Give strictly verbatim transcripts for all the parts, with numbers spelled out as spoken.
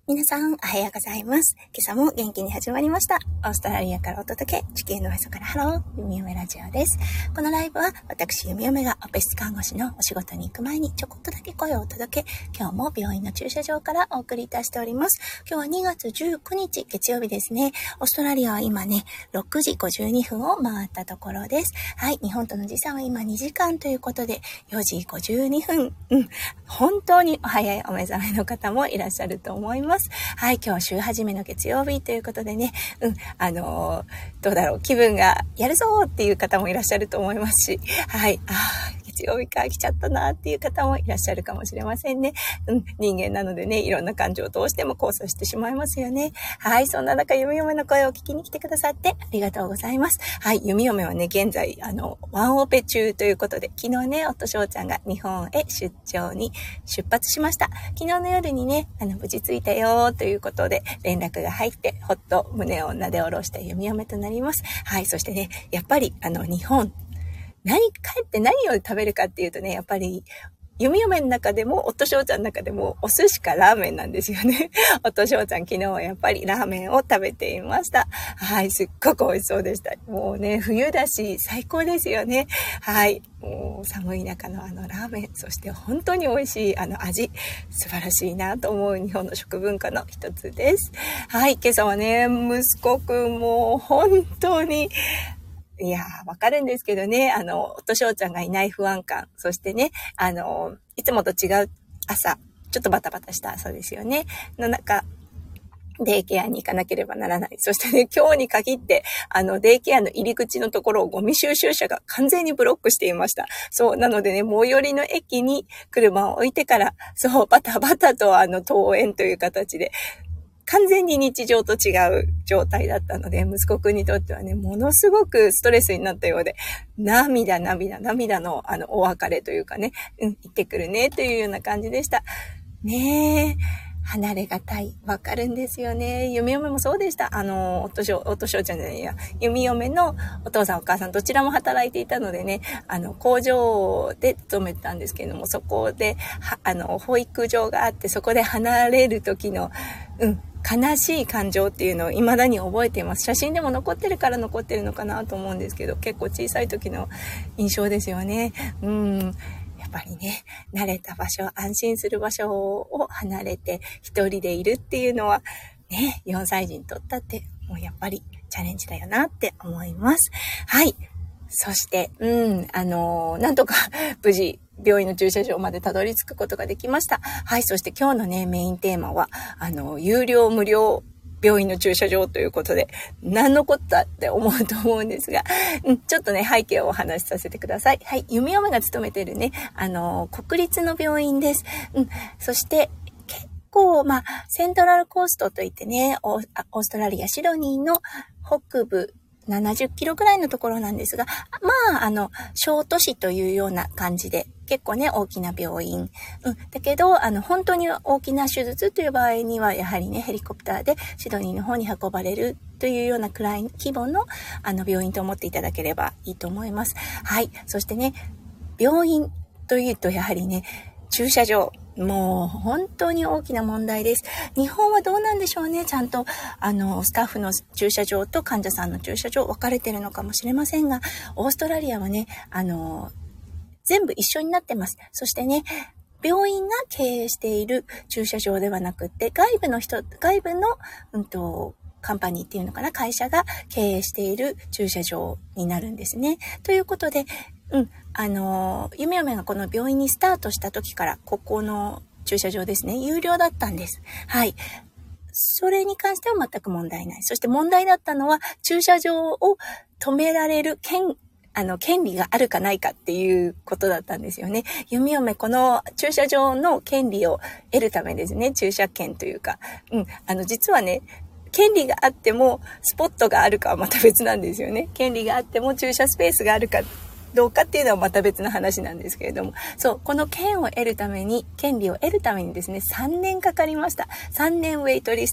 皆さん、おはようございます。今朝も元気に始まりました。オーストラリアからお届け、地球のへそからハロー、ゆみおめラジオです。このライブは、私、ゆみおめがオペ室看護師のお仕事に行く前にちょこっとだけ声をお届け、今日も病院の駐車場からお送りいたしております。今日はにがつじゅうくにち、月曜日ですね。オーストラリアは今ね、ろくじごじゅうにふんを回ったところです。はい、日本との時差は今にじかんということで、よじごじゅうにふん。うん、本当にお早いお目覚めの方もいらっしゃると思います。はい、今日は週始めの月曜日ということでね、うん、あのー、どうだろう、気分がやるぞっていう方もいらっしゃると思いますし、はい、あー、月曜日か来ちゃったなっていう方もいらっしゃるかもしれませんね。うん、人間なのでね、いろんな感情をどうしても交差してしまいますよね。はい、そんな中、ゆみよめの声を聞きに来てくださってありがとうございます。はい、ゆみよめはね、現在、あの、ワンオペ中ということで、昨日ね、夫翔ちゃんが日本へ出張に出発しました。昨日の夜にね、あの、無事着いたよということで、連絡が入って、ほっと胸をなで下ろしたゆみよめとなります。はい、そしてね、やっぱり、あの、日本、何、帰って何を食べるかっていうとね、やっぱり、ゆみよめの中でも、夫翔ちゃんの中でも、お寿司かラーメンなんですよね。夫翔ちゃん、昨日はやっぱりラーメンを食べていました。はい、すっごく美味しそうでした。もうね、冬だし、最高ですよね。はい、もう寒い中のあのラーメン、そして本当に美味しいあの味、素晴らしいなと思う日本の食文化の一つです。はい、今朝はね、息子くんも本当に、いやー、わかるんですけどね、あの、夫翔ちゃんがいない不安感、そしてね、あの、いつもと違う朝、ちょっとバタバタした朝ですよね。の中、デイケアに行かなければならない。そしてね、今日に限って、あの、デイケアの入り口のところをゴミ収集車が完全にブロックしていました。そう、なのでね、最寄りの駅に車を置いてから、そう、バタバタとあの、登園という形で、完全に日常と違う状態だったので、息子くんにとってはね、ものすごくストレスになったようで、涙、涙、涙のあの、お別れというかね、うん、行ってくるね、というような感じでした。ねえ。離れがたい。わかるんですよね。ゆみよめもそうでした。あの、夫翔、夫翔ちゃんじゃないや、ゆみよめのお父さんお母さんどちらも働いていたのでね、あの、工場で勤めてたんですけれども、そこで、は、あの、保育場があって、そこで離れる時の、うん、悲しい感情っていうのを未だに覚えています。写真でも残ってるから残ってるのかなと思うんですけど、結構小さい時の印象ですよね。うん。やっぱりね、慣れた場所、安心する場所を離れて一人でいるっていうのはね、よんさい児にとったってもうやっぱりチャレンジだよなって思います。はい。そして、うん、あのー、なんとか無事病院の駐車場までたどり着くことができました。はい。そして今日のね、メインテーマは、あの、有料無料病院の駐車場ということで、何のこったって思うと思うんですが、うん、ちょっとね、背景をお話しさせてください。はい。ゆみよめが勤めているね、あの、国立の病院です。うん。そして、結構、まあ、セントラルコーストといってね、オーストラリア・シドニーの北部、ななじゅっキロくらいのところなんですが、まあ、あの、小都市というような感じで、結構ね、大きな病院。うん。だけど、あの、本当に大きな手術という場合には、やはりね、ヘリコプターでシドニーの方に運ばれるというようなくらい規模の、あの、病院と思っていただければいいと思います。はい。そしてね、病院というと、やはりね、駐車場。もう本当に大きな問題です。日本はどうなんでしょうね。ちゃんとあのスタッフの駐車場と患者さんの駐車場分かれてるのかもしれませんが、オーストラリアはね、あの全部一緒になってます。そしてね、病院が経営している駐車場ではなくって、外部の人、外部のうんとカンパニーっていうのかな、会社が経営している駐車場になるんですね。ということで、うん、あの、ゆめよめがこの病院にスタートした時から、ここの駐車場ですね、有料だったんです。はい。それに関しては全く問題ない。そして問題だったのは、駐車場を止められる権、あの、権利があるかないかっていうことだったんですよね。ゆみよめ、この駐車場の権利を得るためですね、駐車権というか、うん、あの、実はね、権利があっても、スポットがあるかはまた別なんですよね。権利があっても、駐車スペースがあるか、どうかっていうのはまた別の話なんですけれども、そう、この権を得るために、権利を得るためにですね、さんねんかかりました。さんねんウェイトリスト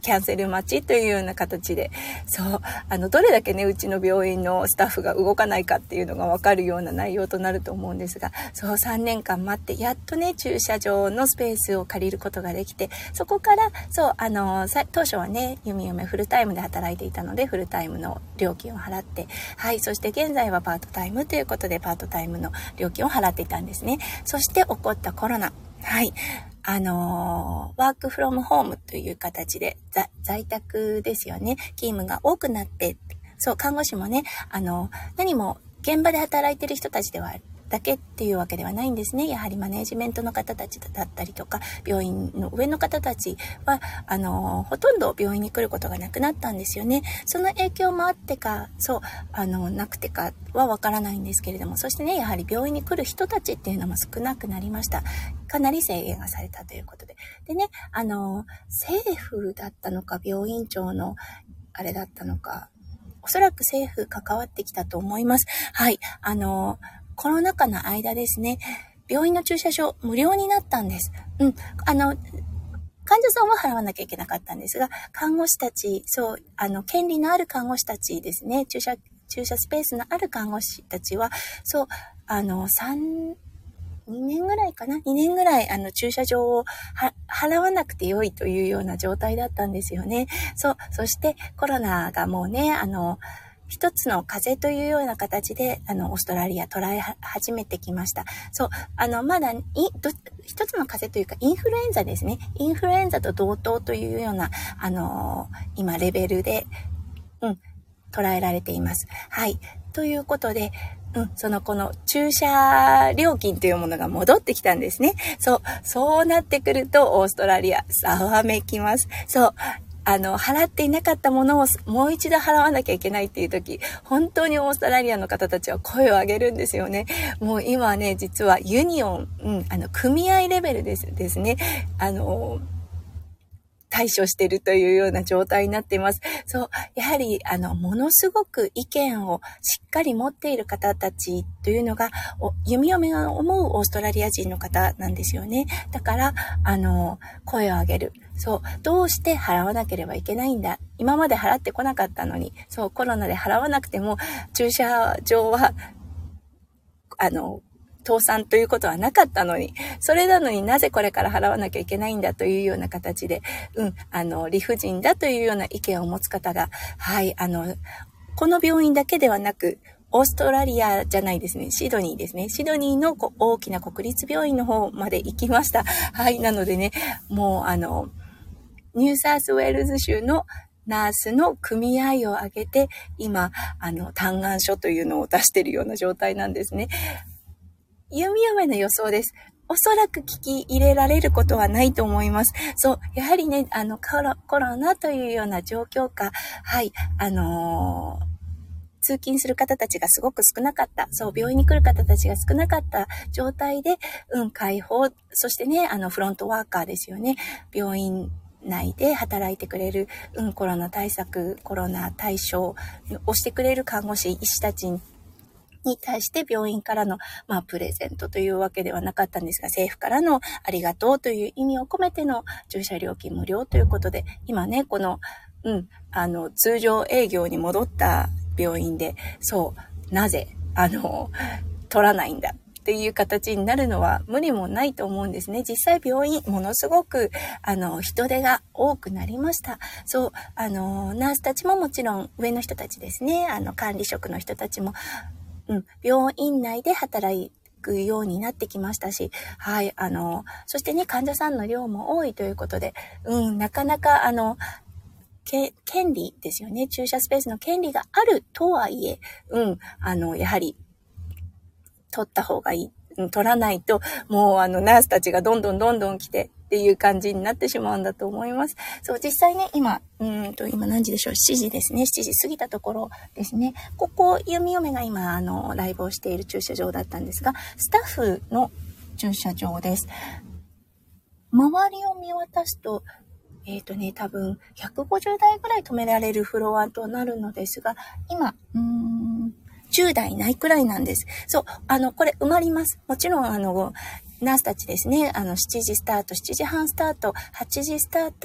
キャンセル待ちというような形で、そう、あの、どれだけね、うちの病院のスタッフが動かないかっていうのがわかるような内容となると思うんですが、そう、さんねんかん待って、やっとね、駐車場のスペースを借りることができて、そこから、そう、あの、当初はね、弓嫁フルタイムで働いていたので、フルタイムの料金を払って、はい、そして現在はパートタイムということで、パートタイムの料金を払っていたんですね。そして起こったコロナ。はい。あのー、ワークフロムホームという形で、在宅ですよね。勤務が多くなって、そう、看護師もね、あの、何も現場で働いている人たちではだけっていうわけではないんですね。やはりマネージメントの方たちだったりとか、病院の上の方たちは、あの、ほとんど病院に来ることがなくなったんですよね。その影響もあってか、そう、あの、なくてかはわからないんですけれども、そしてね、やはり病院に来る人たちっていうのも少なくなりました。かなり制限がされたということで。でね、あの、政府だったのか、病院長のあれだったのか、おそらく政府関わってきたと思います。はい、あの、コロナ禍の間ですね、病院の駐車場無料になったんです。うん。あの、患者さんは払わなきゃいけなかったんですが、看護師たち、そう、あの、権利のある看護師たちですね、駐車、駐車スペースのある看護師たちは、そう、あの、3、にねんぐらいかな ?に 年ぐらい、あの、駐車場をは払わなくて良いというような状態だったんですよね。そう、そしてコロナがもうね、あの、一つの風邪というような形で、あの、オーストラリア捉え始めてきました。そう、あの、まだ、いど一つの風邪というか、インフルエンザですね。インフルエンザと同等というような、あのー、今、レベルで、うん、捉えられています。はい。ということで、うん、そのこの駐車料金というものが戻ってきたんですね。そう、そうなってくると、オーストラリア、ざわめきます。そう。あの、払っていなかったものをもう一度払わなきゃいけないっていう時、本当にオーストラリアの方たちは声を上げるんですよね。もう今ね、実はユニオン、うん、あの、組合レベルですですね。あの、対処しているというような状態になっています。そう、やはり、あの、ものすごく意見をしっかり持っている方たちというのが、弓嫁が思うオーストラリア人の方なんですよね。だから、あの、声を上げる。そう、どうして払わなければいけないんだ。今まで払ってこなかったのに、そう、コロナで払わなくても、駐車場は、あの、倒産ということはなかったのに、それなのになぜこれから払わなきゃいけないんだというような形で、うん、あの、理不尽だというような意見を持つ方が、はい、あの、この病院だけではなく、オーストラリアじゃないですね、シドニーですね。シドニーの大きな国立病院の方まで行きました。はい、なのでね、もうあの、ニューサウスウェールズ州のナースの組合を挙げて、今、あの、嘆願書というのを出しているような状態なんですね。弓嫁の予想です。おそらく聞き入れられることはないと思います。そう、やはりね、あの、コロ、コロナというような状況下、はい、あのー、通勤する方たちがすごく少なかった。そう、病院に来る方たちが少なかった状態で、うん、解放、そしてね、あの、フロントワーカーですよね。病院内で働いてくれる、うん、コロナ対策、コロナ対処をしてくれる看護師、医師たちに、に対して病院からの、まあ、プレゼントというわけではなかったんですが、政府からのありがとうという意味を込めての駐車料金無料ということで、今ね、この、うん、あの、通常営業に戻った病院で、そう、なぜ、あの、取らないんだっていう形になるのは無理もないと思うんですね。実際病院、ものすごく、あの、人手が多くなりました。そう、あの、ナースたちももちろん上の人たちですね、あの、管理職の人たちも、うん、病院内で働くようになってきましたし、はい、あの、そしてね、患者さんの量も多いということで、うん、なかなか、あの、け、権利ですよね。駐車スペースの権利があるとはいえ、うん、あの、やはり、取った方がいい。取らないと、もうあの、ナースたちがどんどんどんどん来て、っていう感じになってしまうんだと思います。そう、実際ね、今、うーんと、今何時でしょう ?しち 時ですね。しちじ過ぎたところですね。ここ、弓嫁が今、あの、ライブをしている駐車場だったんですが、スタッフの駐車場です。周りを見渡すと、えっとね、多分、ひゃくごじゅうだいぐらい止められるフロアとなるのですが、今、うーん、じゅうだいないくらいなんです。そう、あの、これ埋まります。もちろん、あの、ナースたちですね、あの、しちじスタート、しちじはんスタート、はちじスタートと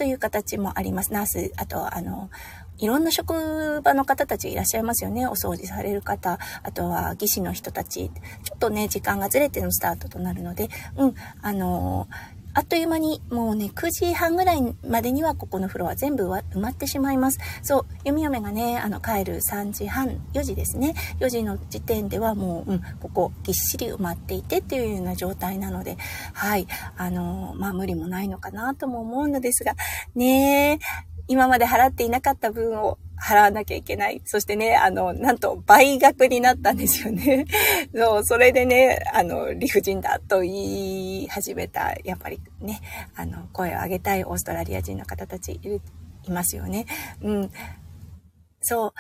という形もあります。ナース、あと、あの、いろんな職場の方たちいらっしゃいますよね。お掃除される方、あとは技師の人たち。ちょっとね、時間がずれてのスタートとなるので、うん、あのー、あっという間にもうね、くじはんぐらいまでにはここのフロア全部埋まってしまいます。そう、弓嫁がね、あの、帰るさんじはん、よじですね。よじの時点ではもう、うん、ここぎっしり埋まっていてっていうような状態なので、はい、あのー、まあ無理もないのかなとも思うのですが、ねえ、今まで払っていなかった分を払わなきゃいけない。そしてね、あの、なんと倍額になったんですよね。そう、それでね、あの、理不尽だと言い始めた、やっぱりね、あの、声を上げたいオーストラリア人の方たちいる、いますよね。うん。そう、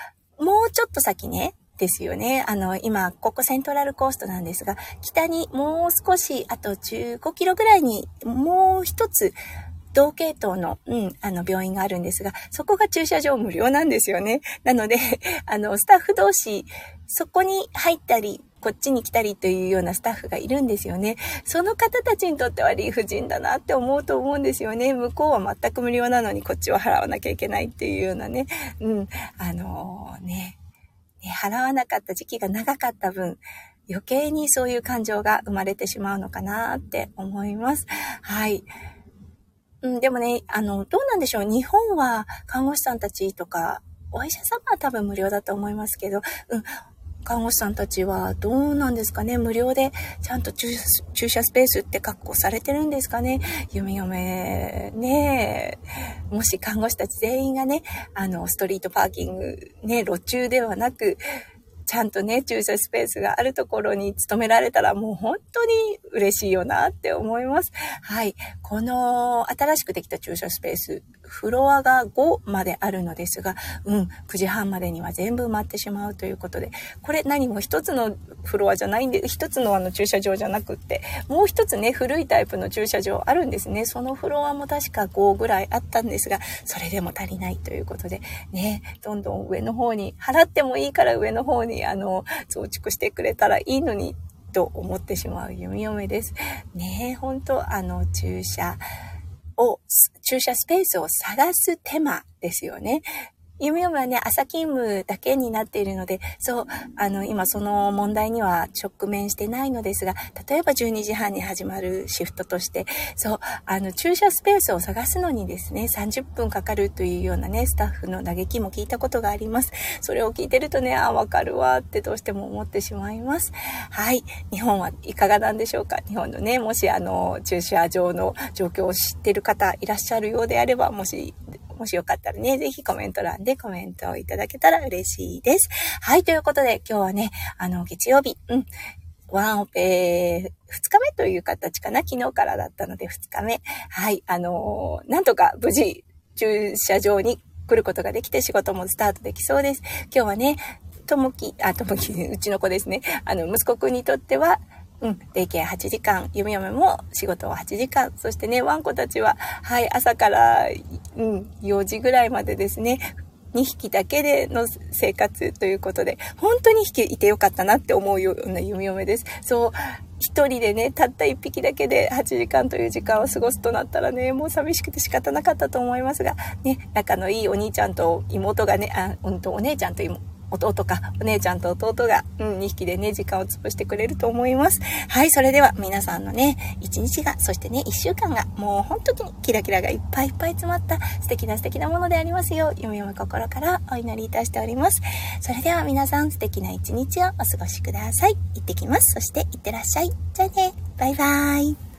もうちょっと先ね、ですよね。あの、今、ここセントラルコーストなんですが、北にもう少し、あとじゅうごキロぐらいに、もう一つ、同系統の、うん、あの、病院があるんですが、そこが駐車場無料なんですよね。なので、あの、スタッフ同士、そこに入ったり、こっちに来たりというようなスタッフがいるんですよね。その方たちにとっては理不尽だなって思うと思うんですよね。向こうは全く無料なのにこっちは払わなきゃいけないっていうようなね。うん、あのー、ね、ね、払わなかった時期が長かった分、余計にそういう感情が生まれてしまうのかなって思います。はい。うん、でもね、あの、どうなんでしょう。日本は看護師さんたちとか、お医者様は多分無料だと思いますけど、うん、看護師さんたちはどうなんですかね。無料でちゃんと駐車スペースって確保されてるんですかね。弓嫁ね、もし看護師たち全員がね、あの、ストリートパーキングね、路中ではなく、ちゃんとね、駐車スペースがあるところに勤められたらもう本当に嬉しいよなって思います。はい。この新しくできた駐車スペース、フロアがごまであるのですが、うん、くじはんまでには全部埋まってしまうということで、これ何も一つのフロアじゃないんで、一つのあの駐車場じゃなくって、もう一つね、古いタイプの駐車場あるんですね。そのフロアも確かごぐらいあったんですが、それでも足りないということで、ね、どんどん上の方に、払ってもいいから上の方にあの増築してくれたらいいのにと思ってしまう弓嫁です。ね、本当あの駐車を、駐車スペースを探す手間ですよね。弓嫁はね、朝勤務だけになっているので、そう、あの、今その問題には直面してないのですが、例えばじゅうにじはんに始まるシフトとして、そう、あの、駐車スペースを探すのにですね、さんじゅっぷんかかるというようなね、スタッフの嘆きも聞いたことがあります。それを聞いてるとね、あ、わかるわってどうしても思ってしまいます。はい。日本はいかがなんでしょうか。日本のね、もしあの、駐車場の状況を知っている方いらっしゃるようであれば、もし、もしよかったらね、ぜひコメント欄でコメントをいただけたら嬉しいです。はい、ということで今日はね、あの、月曜日、うん、ワンオペふつかめという形かな、昨日からだったのでふつかめ。はい、あのー、なんとか無事駐車場に来ることができて仕事もスタートできそうです。今日はね、ともき、あ、ともき、うちの子ですね。あの、息子くんにとっては、うん、デイケアはちじかん、弓嫁も仕事ははちじかん、そしてね、ワンコたちは、はい、朝から、うん、よじぐらいまでですね、にひきだけでの生活ということで、本当ににひきいてよかったなって思うような弓嫁です。そう、一人でね、たった一匹だけではちじかんという時間を過ごすとなったらね、もう寂しくて仕方なかったと思いますが、ね、仲のいいお兄ちゃんと妹がね、あ、うんとお姉ちゃんと妹、弟かお姉ちゃんと弟が、うん、にひきでね時間を潰してくれると思います。はい、それでは皆さんのね一日が、そしてねいっしゅうかんがもう本当にキラキラがいっぱいいっぱい詰まった素敵な素敵なものでありますよう、ゆみゆみ心からお祈りいたしております。それでは皆さん素敵な一日をお過ごしください。行ってきます。そしていってらっしゃい。じゃあね、バイバイ。